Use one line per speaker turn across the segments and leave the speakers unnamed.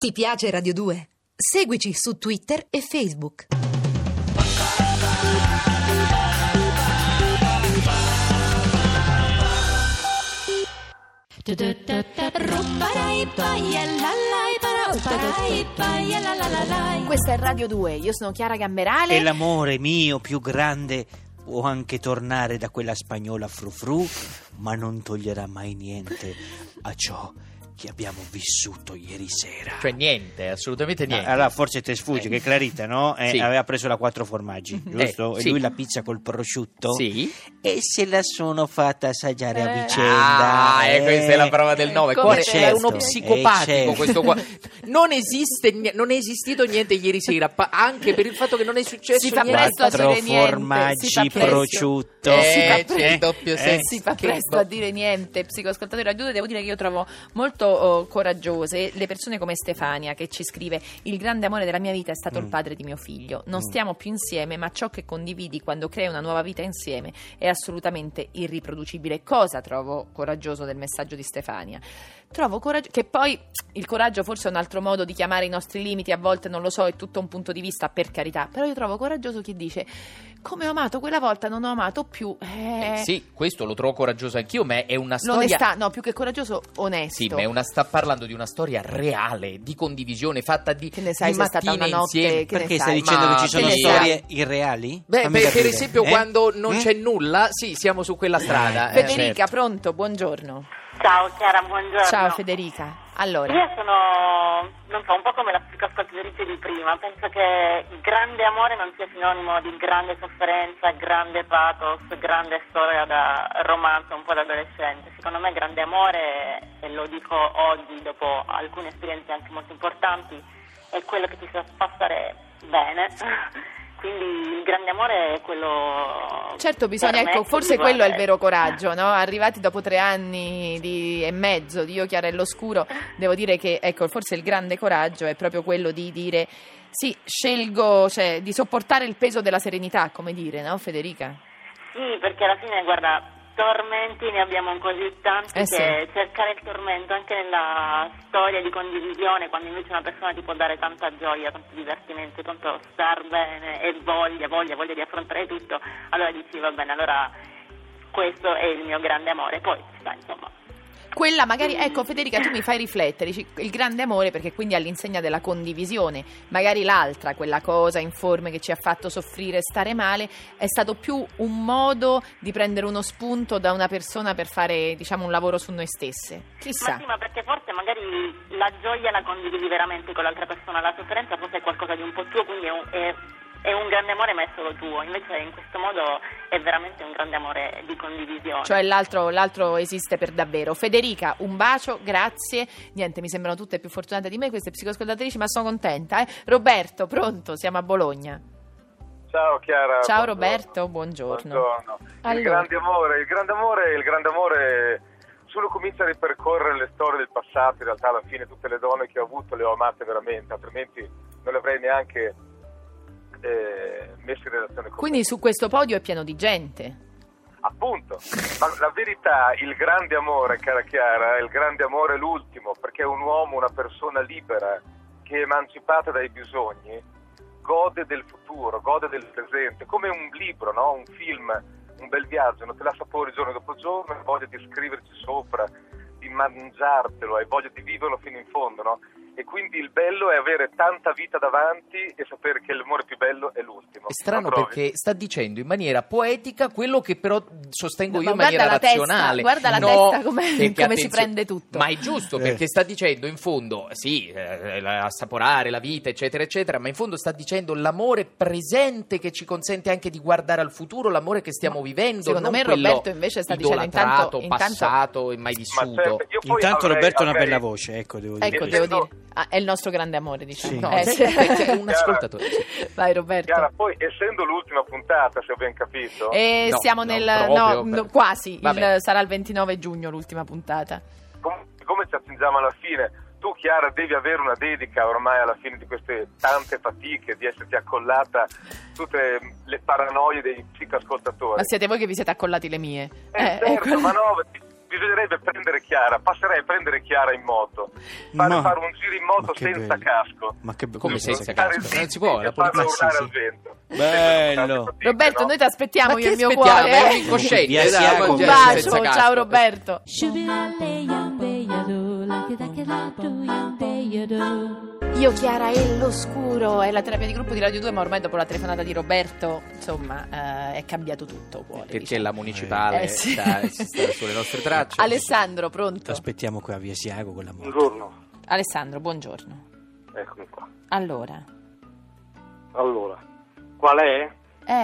Ti piace Radio 2? Seguici su Twitter e Facebook.
Questa è Radio 2, io sono Chiara Gamberale.
E l'amore mio più grande può anche tornare da quella spagnola frufru, ma non toglierà mai niente a ciò che abbiamo vissuto ieri sera.
Cioè niente, assolutamente niente.
Allora forse te sfugge che Clarita, no?
Sì.
Aveva preso la 4 formaggi, giusto?
sì.
E lui la pizza col prosciutto.
Sì.
E se la sono fatta assaggiare a vicenda.
Questa è la prova del 9.
Come
È uno
certo,
psicopatico
certo.
questo qua. Non è esistito niente ieri sera, anche per il fatto che non è successo
Si fa
niente.
presto a
4
dire niente,
formaggi,
si fa presto.
prosciutto.
C'è il doppio senso.
Si fa presto a dire niente. Psicoascoltatori Radio 2, devo dire che io trovo molto coraggiose le persone come Stefania, che ci scrive: il grande amore della mia vita è stato il padre di mio figlio. Non stiamo più insieme, ma ciò che condividi quando crei una nuova vita insieme è assolutamente irriproducibile. Cosa trovo coraggioso del messaggio di Stefania? Trovo coraggio, che poi il coraggio forse è un altro modo di chiamare i nostri limiti, a volte non lo so, è tutto un punto di vista, per carità, però io trovo coraggioso chi dice: come ho amato quella volta non ho amato più.
Sì, questo lo trovo coraggioso anch'io, ma è una storia.
L'onestà, no, più che coraggioso, onesto.
Sì, ma sta parlando di una storia reale, di condivisione, fatta di
Che ne sai,
di
se è stata
mattine
una notte,
insieme.
che ne
Perché
sai?
stai dicendo
Ma
che ci sono
che ne
storie irreali?
Beh,
Fammi
per
capire.
esempio quando non c'è nulla, sì, siamo su quella strada.
Federica,
certo.
pronto? Buongiorno.
Ciao Chiara, buongiorno.
Ciao Federica. Allora,
Io sono, non so, un po' come la psicoascoltatrice di prima. Penso che il grande amore non sia sinonimo di grande sofferenza, grande pathos, grande storia da romanzo, un po' da adolescente. Secondo me grande amore, e lo dico oggi dopo alcune esperienze anche molto importanti, è quello che ti fa stare bene. Quindi il grande amore è quello.
certo, bisogna, ecco, forse quello è il vero coraggio, no? Arrivati dopo 3 anni e mezzo di Io, Chiara e l'Oscuro, devo dire che, ecco, forse il grande coraggio è proprio quello di dire sì, scelgo, cioè di sopportare il peso della serenità, come dire, no Federica?
Sì, perché alla fine, guarda, tormenti ne abbiamo così tanti che
Sì.
cercare il tormento anche nella storia di condivisione, quando invece una persona ti può dare tanta gioia, tanto divertimento, tanto star bene e voglia di affrontare tutto, allora dici va bene, allora questo è il mio grande amore. Poi sta, insomma.
Quella magari, ecco Federica, tu mi fai riflettere, dici, il grande amore perché quindi all'insegna della condivisione, magari l'altra, quella cosa informe che ci ha fatto soffrire, stare male, è stato più un modo di prendere uno spunto da una persona per fare, diciamo, un lavoro su noi stesse. Chissà.
Ma sì, ma perché forse magari la gioia la condividi veramente con l'altra persona, la sofferenza forse è qualcosa di un po' tuo, quindi è un grande amore ma è solo tuo, invece in questo modo è veramente un grande amore di condivisione.
Cioè l'altro esiste per davvero. Federica, un bacio, grazie. Niente, mi sembrano tutte più fortunate di me queste psicoascoltatrici, ma sono contenta. Roberto, pronto? Siamo a Bologna.
Ciao Chiara.
Ciao
buongiorno.
Roberto, buongiorno.
Buongiorno.
Allora.
Il grande amore, solo comincia a ripercorrere le storie del passato, in realtà alla fine tutte le donne che ho avuto le ho amate veramente, altrimenti non le avrei neanche messo in relazione con
Quindi
me.
su questo podio è pieno di gente.
Appunto, ma la verità, il grande amore, cara Chiara, il grande amore è l'ultimo, perché un uomo, una persona libera, che è emancipata dai bisogni, gode del futuro, gode del presente, come un libro, no? Un film, un bel viaggio, non te la sapori giorno dopo giorno, hai voglia di scriverci sopra, di mangiartelo, hai voglia di viverlo fino in fondo, no? E quindi il bello è avere tanta vita davanti e sapere che l'amore più bello è l'ultimo.
È strano
Lo provi?
perché sta dicendo in maniera poetica quello che però sostengo
No,
io in
ma guarda
maniera
la testa,
razionale.
guarda la
No,
testa come
perché,
si
attenzione,
prende tutto.
Ma è giusto perché sta dicendo in fondo, sì, assaporare la vita, eccetera, eccetera, ma in fondo sta dicendo l'amore presente che ci consente anche di guardare al futuro, l'amore che stiamo vivendo.
Secondo
non
me
quello
Roberto invece sta dicendo
idolatrato,
intanto
passato e mai
Ma
vissuto.
certo, io poi
Intanto
avrei-
Roberto ha una
avrei-
bella voce, ecco, devo dire.
Ecco, devo dire, è il nostro grande amore, diciamo.
Sì.
No,
Sì.
è un ascoltatore. Sì.
Vai Roberto.
Chiara, poi essendo l'ultima puntata, se ho ben capito,
E
No,
siamo
no,
nel
proprio,
no, quasi,
Vabbè.
sarà il 29 giugno l'ultima puntata.
come ci accingiamo alla fine, tu Chiara devi avere una dedica ormai alla fine di queste tante fatiche, di esserti accollata tutte le paranoie dei psicoascoltatori.
Ma siete voi che vi siete accollati le mie.
Certo,
ecco.
ma no, bisognerebbe prendere Chiara, passerei a prendere Chiara in moto, fare un giro in moto senza casco.
Ma che
Come senza
Stare
casco?
zitti
Non si può,
e
la
farla
polizia.
urlare
sì,
al
sì.
vento.
Bello.
Roberto, noi ti aspettiamo,
Ma
io e il
che
mio
aspettiamo?
cuore.
È un incosciente,
Via
dai,
Siago.
ma
Un
già
bacio,
senza casco.
ciao Roberto. Io, Chiara e l'oscuro è la terapia di gruppo di Radio 2, ma ormai dopo la telefonata di Roberto, insomma, è cambiato tutto. Cuore,
Perché
diciamo.
la municipale
Sì.
sta sulle nostre tracce.
Alessandro, pronto?
Aspettiamo qui a Via Siago con la moto.
Buongiorno,
Alessandro, buongiorno.
eccomi qua.
Allora,
Qual è?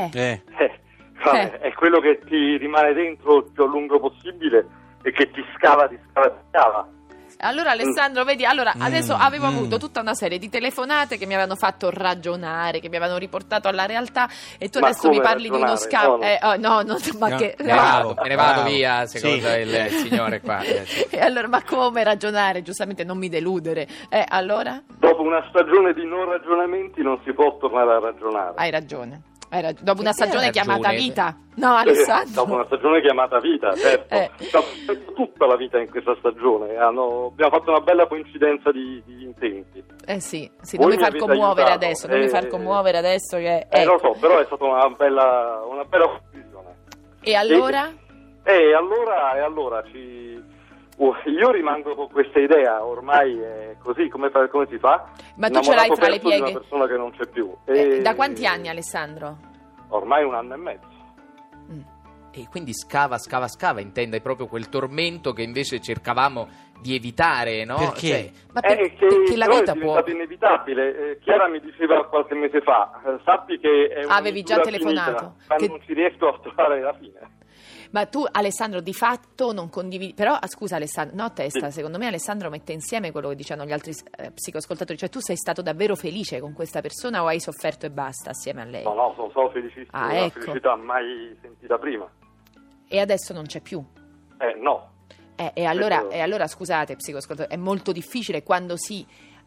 È quello che ti rimane dentro il più a lungo possibile e che ti scava.
Allora Alessandro, vedi, adesso avevo avuto tutta una serie di telefonate che mi avevano fatto ragionare, che mi avevano riportato alla realtà, e tu
Ma
adesso mi
come
parli di uno
ragionare?
scavo. No, ma
No,
che...
Me ne vado,
Bravo,
me ne vado
bravo.
via, secondo
Sì.
il signore qua.
E allora, ma come ragionare? Giustamente non mi deludere. Allora?
Dopo una stagione di non ragionamenti non si può tornare a ragionare.
Hai ragione. Dopo una
Perché hai
stagione chiamata
ragione?
vita. No, Alessandro.
Dopo una stagione chiamata vita, certo. Abbiamo fatto tutta la vita in questa stagione. Abbiamo fatto una bella coincidenza di intenti.
Sì,
Voi
non mi
mi
far
avete
commuovere
aiutato,
adesso, non mi far commuovere adesso che...
Lo so, però è stata una bella conclusione.
E allora?
E allora io rimango con questa idea, ormai è così, come si fa?
Ma tu ce l'hai
Innamorato
fra le
perso di
pieghe?
una persona che non c'è più.
Da quanti anni, Alessandro?
Ormai 1 anno e mezzo.
E quindi scava, intende proprio quel tormento che invece cercavamo di evitare, no?
Perché?
Cioè, ma
Che
perché la
però
vita
è
può...
diventato inevitabile. Chiara mi diceva qualche mese fa, sappi che è
Avevi già
un'avventura
telefonato.
finita, ma
Che-
non ci riesco a trovare la fine.
Ma tu, Alessandro, di fatto non condividi... Però, scusa Alessandro, no, testa, secondo me Alessandro mette insieme quello che dicevano gli altri psicoascoltatori. Cioè, tu sei stato davvero felice con questa persona o hai sofferto e basta assieme a lei?
No, sono felicissimo,
Ah,
una
ecco.
felicità mai sentita prima.
E adesso non c'è più?
No.
E allora, scusate, psicoascoltatori, è molto difficile quando si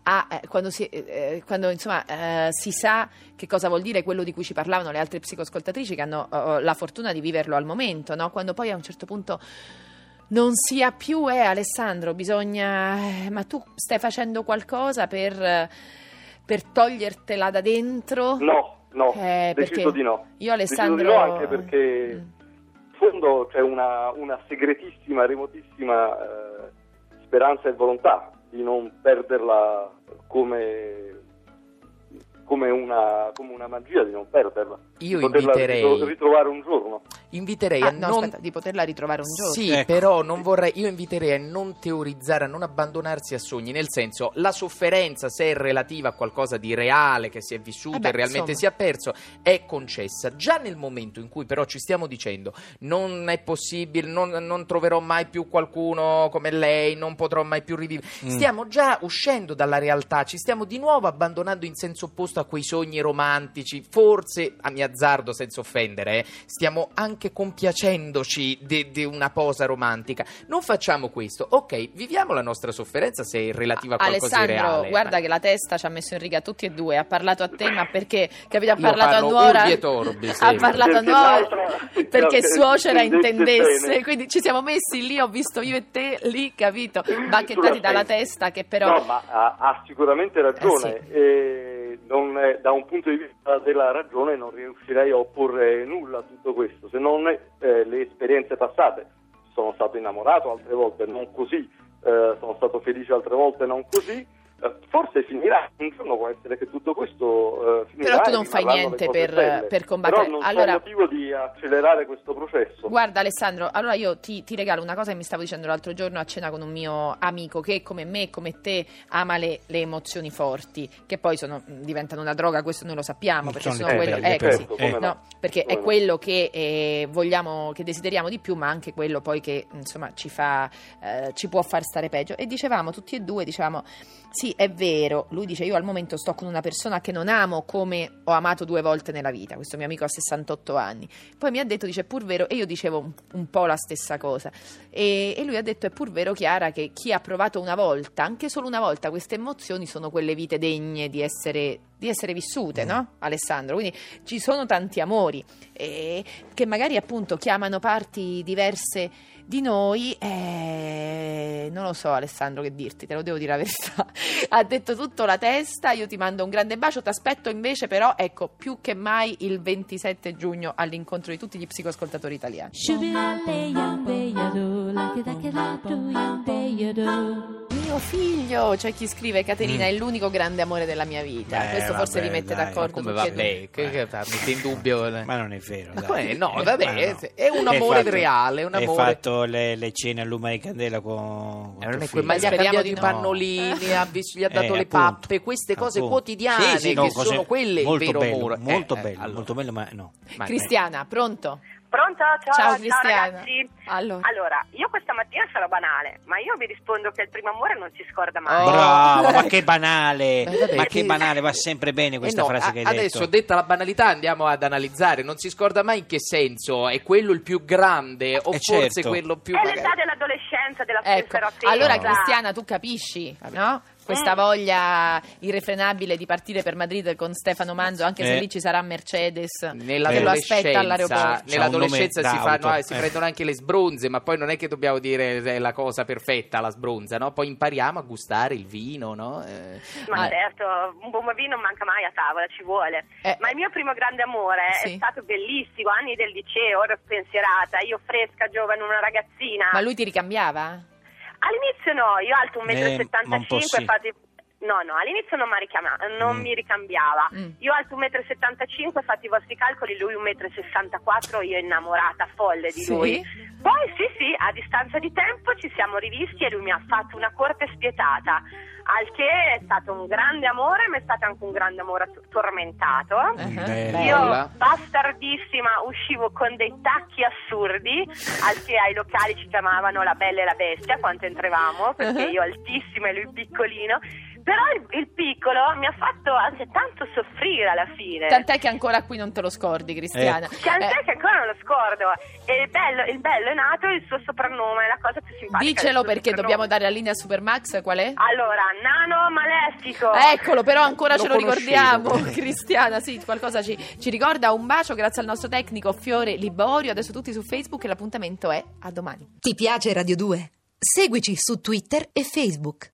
sa che cosa vuol dire quello di cui ci parlavano le altre psicoascoltatrici che hanno la fortuna di viverlo al momento, no? Quando poi a un certo punto non sia più, Alessandro, bisogna... ma tu stai facendo qualcosa per togliertela da dentro?
No,
Perché
deciso di no.
Io, Alessandro...
Deciso di no, anche perché in fondo c'è una segretissima, remotissima speranza e volontà di non perderla come una magia, di non perderla.
Io
di poterla
inviterei-
ritrovare un giorno.
Inviterei
Ah,
a
no,
non...
aspetta, di poterla ritrovare un giorno.
Sì,
Ecco.
però non vorrei. Io inviterei a non teorizzare, a non abbandonarsi a sogni. Nel senso, la sofferenza, se è relativa a qualcosa di reale che si è vissuto e realmente
insomma.
si è perso, è concessa. Già nel momento in cui però ci stiamo dicendo non è possibile, non troverò mai più qualcuno come lei, non potrò mai più rivivere. Stiamo già uscendo dalla realtà, ci stiamo di nuovo abbandonando in senso opposto a quei sogni romantici. Forse, a mio azzardo, senza offendere, stiamo anche compiacendoci di una posa romantica. Non facciamo questo. Ok, viviamo la nostra sofferenza se è relativa a qualcosa di
Alessandro,
reale.
guarda che la testa ci ha messo in riga tutti e due. Ha parlato a te, ma perché? Capito? Ha
Io
parlato a
parlo
Nuora.
urbi e torbi,
Ha
sempre.
parlato a
Perché
Nuora
l'altra-
perché suocera
intendesse
intendesse.
bene.
Quindi ci siamo messi lì, ho visto io e te lì, capito? Bacchettati
Sulla
dalla
testa.
testa che però...
No, ma ha sicuramente ragione. Da un punto di vista della ragione non riuscirei a opporre nulla a tutto questo, se non le esperienze passate. Sono stato innamorato altre volte, non così, sono stato felice altre volte, non così. Forse finirà, un giorno può essere che tutto questo finirà.
Però tu
e
non fai
rimarranno
niente
le cose belle.
per combattere.
Però non
Allora-
c'è motivo di accelerare questo processo.
Guarda Alessandro, allora io ti regalo una cosa che mi stavo dicendo l'altro giorno a cena con un mio amico che come me e come te ama le emozioni forti, che poi diventano una droga, questo noi lo sappiamo, perché
Sono
sono
le
quello,
belle,
certo, come no.
no, perché
Come
è
no.
quello che vogliamo, che desideriamo di più, ma anche quello poi che insomma ci può far stare peggio. E dicevamo tutti e due, sì, è vero, lui dice io al momento sto con una persona che non amo come ho amato 2 volte nella vita, questo mio amico ha 68 anni, poi mi ha detto, dice, è pur vero, e io dicevo un po' la stessa cosa, e lui ha detto è pur vero, Chiara, che chi ha provato una volta, anche solo una volta, queste emozioni sono quelle vite degne di essere di essere vissute, no, Alessandro? Quindi ci sono tanti amori che magari appunto chiamano parti diverse di noi. Non lo so, Alessandro, che dirti, te lo devo dire la verità. Ha detto tutto la testa, io ti mando un grande bacio, ti aspetto invece però, ecco, più che mai il 27 giugno all'incontro di tutti gli psicoascoltatori italiani. Mio figlio, c'è chi scrive, Caterina, è l'unico grande amore della mia vita. Questo forse vi mette d'accordo.
Come
tutti e
vabbè,
due.
che mette in dubbio?
Ma non è vero,
Ma
dai.
no, vabbè,
Ma no.
è un amore
Hai fatto-
reale, un
Hai
amore.
fatto le cene a lume di candela con
Non
tuo
è
figlio?
ma gli ha
Speriamo
cambiato
di
i
no.
pannolini, gli ha dato le
appunto,
pappe, queste cose
appunto.
quotidiane
Sì, no,
che
cose
sono quelle il
molto
vero
bello,
amore.
molto bello,
allora.
molto bello, ma no.
Ma-
Cristiana, pronto?
Pronto?
Ciao, Cristiana.
Ragazzi.
Allora.
Io questa mattina sarò banale, ma io vi rispondo che il primo amore non si scorda mai.
Oh.
Bravo, ma che banale,
vabbè,
ma
che-
che banale, va sempre bene questa
no,
frase che hai
adesso
detto.
detta la banalità andiamo ad analizzare, non si scorda mai in che senso, è quello il più grande o forse
certo.
quello più
È l'età dell'adolescenza, della
Ecco,
spensieratezza.
allora Cristiana, tu capisci, no? Questa voglia irrefrenabile di partire per Madrid con Stefano Manzo, anche se lì ci sarà Mercedes che lo aspetta all'aeroporto.
Nell'adolescenza
C'ha
si
un
fanno,
nome
si prendono anche le sbronze, ma poi non è che dobbiamo dire è la cosa perfetta la sbronza, no? Poi impariamo a gustare il vino, no?
Ma
Ah.
certo, un buon vino non manca mai a tavola, ci vuole. Ma il mio primo grande amore
Sì.
è stato bellissimo, anni del liceo, ero spensierata, io fresca, giovane, una ragazzina.
Ma lui ti ricambiava?
All'inizio no, io alto
ma un po'
1,75 m,
sì.
infatti... No, all'inizio non mi ricambiava. Io alto 1,75 m, fatti i vostri calcoli, lui 1,64 m, io innamorata, folle di
Sì?
lui. Poi sì, a distanza di tempo ci siamo rivisti e lui mi ha fatto una corte spietata, al che è stato un grande amore, ma è stato anche un grande amore tormentato.
Bello.
Io,
Bella.
bastardissima, uscivo con dei tacchi assurdi, al che ai locali ci chiamavano la bella e la bestia quando entravamo, perché io altissima e lui piccolino. Però il piccolo mi ha fatto anche tanto soffrire alla fine.
Tant'è che ancora qui non te lo scordi, Cristiana.
Tant'è che ancora non lo scordo. E il bello è nato, il suo soprannome, la cosa più simpatica.
Dicelo
del suo
perché
soprannome.
dobbiamo dare la linea a Supermax, qual è?
Allora, Nano Malefico.
Eccolo, però ancora
Lo
ce lo ricordiamo.
conoscevo.
Cristiana, sì, qualcosa ci ricorda. Un bacio, grazie al nostro tecnico Fiore Liborio. Adesso tutti su Facebook e l'appuntamento è a domani.
Ti piace Radio 2? Seguici su Twitter e Facebook.